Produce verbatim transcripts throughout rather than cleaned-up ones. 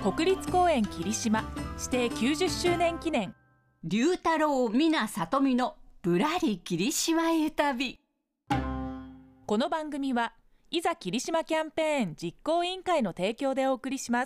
国立公園霧島指定きゅうじゅっしゅうねん記念龍太郎皆里美のぶらり霧島へ旅。 この番組はいざ霧島キャンペーン実行委員会の提供でお送りします。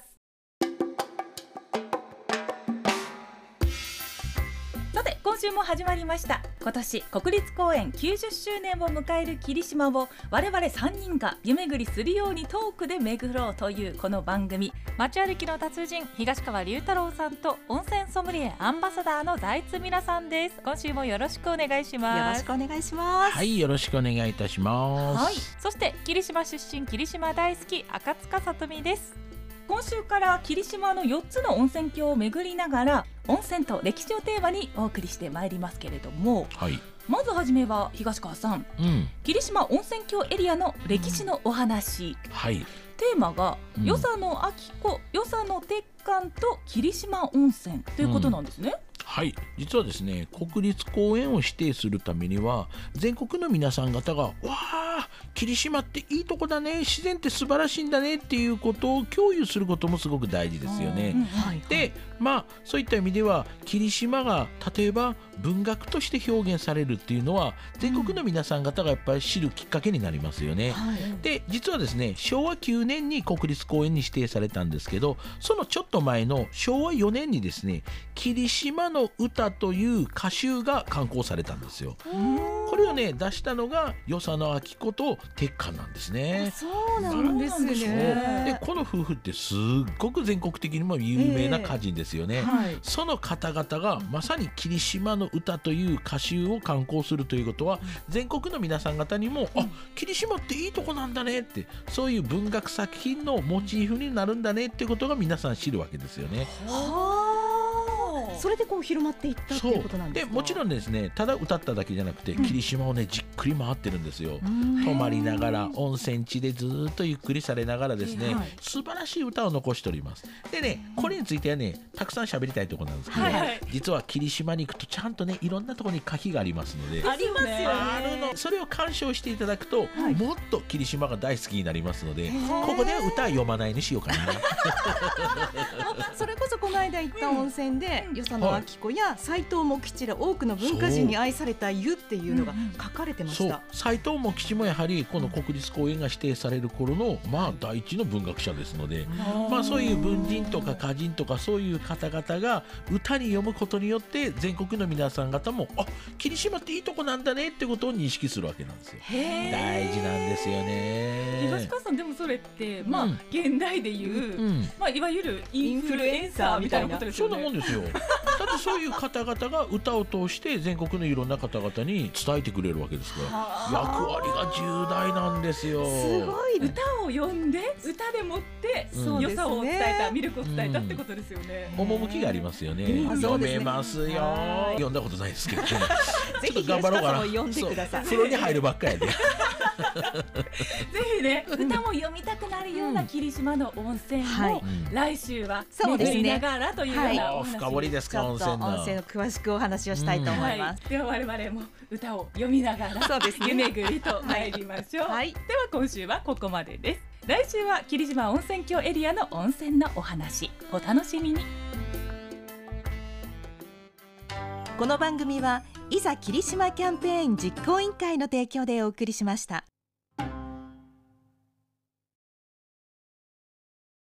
さて今週も始まりました。今年国立公園きゅうじゅっしゅうねんを迎える霧島を我々さんにんが湯巡りするようにトークで巡ろうというこの番組、街歩きの達人東川龍太郎さんと温泉ソムリエアンバサダーの財津美奈さんです。今週もよろしくお願いします。 よろしくお願いします。 はい、よろしくお願いいたします。 はい、そして霧島出身霧島大好き赤塚さとみです。今週から霧島のよっつの温泉郷を巡りながら温泉と歴史をテーマにお送りしてまいりますけれども、 はい、 まずはじめは東川さん、うん、霧島温泉郷エリアの歴史のお話、うん、はい、テーマが、うん、与謝野晶子、与謝野鉄幹と霧島温泉ということなんですね、うん、 はい、実はですね、国立公園を指定するためには全国の皆さん方がわあ霧島っていいとこだね、自然って素晴らしいんだねっていうことを共有することもすごく大事ですよね、うん、はい、で、まあそういった意味では霧島が例えば文学として表現されるっていうのは全国の皆さん方がやっぱり知るきっかけになりますよね、はい、で実はですねしょうわきゅうねんに国立公園に指定されたんですけど、そのちょっと前のしょうわよねんにですね霧島の歌という歌集が刊行されたんですよ。これをね出したのが与謝野晶子と鉄幹なんですね。 そうなんですね。 でこの夫婦ってすっごく全国的にも有名な歌人ですよね、えーはい、その方々がまさに霧島の歌という歌集を刊行するということは、うん、全国の皆さん方にも、うん、あ、霧島っていいとこなんだねって、そういう文学作品のモチーフになるんだねってことが皆さん知るわけですよね。 それでこう広まっていったっていうことなんですか。 でもちろんですね、ただ歌っただけじゃなくて、うん、霧島をねじっくり回ってるんですよ。泊まりながら温泉地でずっとゆっくりされながらですね、はい、素晴らしい歌を残しております。でね、これについてはねたくさん喋りたいところなんですけど、はいはい、実は霧島に行くとちゃんとねいろんなところに歌碑がありますので、 ありますよね。 あるの、それを鑑賞していただくと、はい、もっと霧島が大好きになりますので、ここでは歌は読まないにしようかなそれこそこの間行った温泉で、うん、与謝野晶子や斎藤茂吉ら多くの文化人に愛された湯っていうのが書かれてました。 斎藤茂吉もやはりこの国立公園が指定される頃の、まあ、第一の文学者ですので、まあ、そういう文人とか歌人とかそういう方々が歌に読むことによって全国の皆さん方もあ、霧島っていいとこなんだねってことを認識するわけなんですよ。大事なんですよね。 東川さん、でもそれって、まあうん、現代でいう、うんまあ、いわゆるインフルエンサーみたいなことですよね。 そんなもんですよだってそういう方々が歌を通して全国のいろんな方々に伝えてくれるわけですから役割が重大なんですよ。 すごい、歌を読んで歌でもって、うん、良さを伝えた、魅力を伝えたってことですよね、 うん、趣がありますよね、うん、読めますよ。読んだことないですけど、ね、ちょっと頑張ろうかな。 読んでください。 風呂に入るばっかりでぜひね、歌も読みたくなるような霧島の温泉を、はい、来週は巡りながらというようなお話、 深掘りですか。温泉の温泉の詳しくお話をしたいと思います、 うんはい、では我々も歌を読みながらそうです、ね、湯巡りと参りましょう、はい、では今週はここまでです。来週は霧島温泉郷エリアの温泉のお話、お楽しみに。 この番組はいざ霧島キャンペーン実行委員会の提供でお送りしました。